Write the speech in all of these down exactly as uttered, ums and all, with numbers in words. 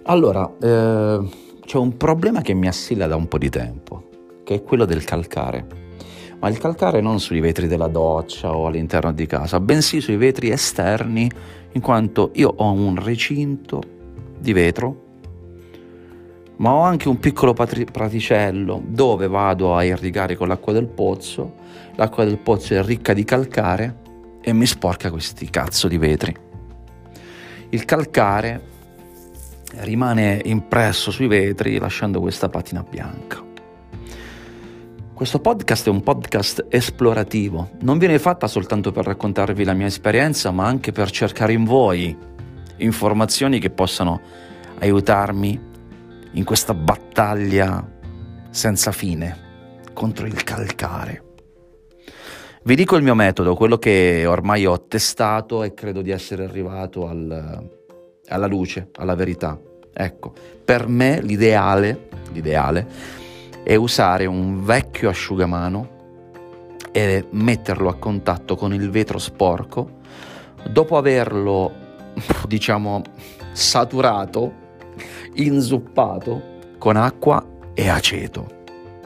Allora, eh, c'è un problema che mi assilla da un po' di tempo, che è quello del calcare. Ma il calcare non sui vetri della doccia o all'interno di casa, bensì sui vetri esterni, in quanto io ho un recinto di vetro, ma ho anche un piccolo patri- praticello dove vado a irrigare con l'acqua del pozzo. L'acqua del pozzo è ricca di calcare e mi sporca questi cazzo di vetri. Il calcare rimane impresso sui vetri lasciando questa patina bianca. Questo podcast è un podcast esplorativo, non viene fatta soltanto per raccontarvi la mia esperienza, ma anche per cercare in voi informazioni che possano aiutarmi in questa battaglia senza fine contro il calcare. Vi dico il mio metodo, quello che ormai ho testato e credo di essere arrivato al, alla luce, alla verità. Ecco, per me l'ideale, l'ideale è usare un vecchio asciugamano e metterlo a contatto con il vetro sporco dopo averlo, diciamo, saturato, inzuppato con acqua e aceto.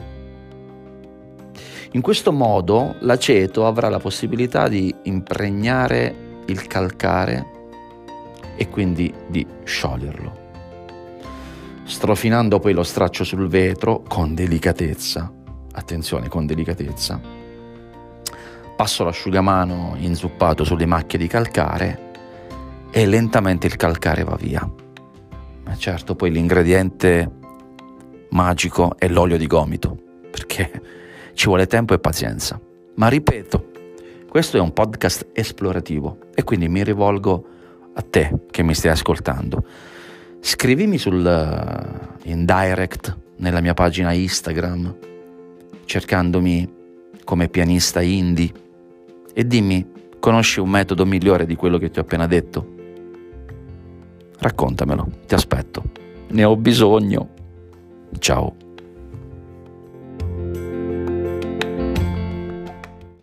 In questo modo l'aceto avrà la possibilità di impregnare il calcare e quindi di scioglierlo, strofinando poi lo straccio sul vetro con delicatezza. Attenzione, con delicatezza. Passo l'asciugamano inzuppato sulle macchie di calcare e lentamente il calcare va via. Ma certo, poi l'ingrediente magico è l'olio di gomito, perché ci vuole tempo e pazienza. Ma ripeto, questo è un podcast esplorativo e quindi mi rivolgo a te che mi stai ascoltando. Scrivimi sul, in direct nella mia pagina Instagram, cercandomi come pianista indie, e dimmi, conosci un metodo migliore di quello che ti ho appena detto? Raccontamelo, ti aspetto. Ne ho bisogno. Ciao.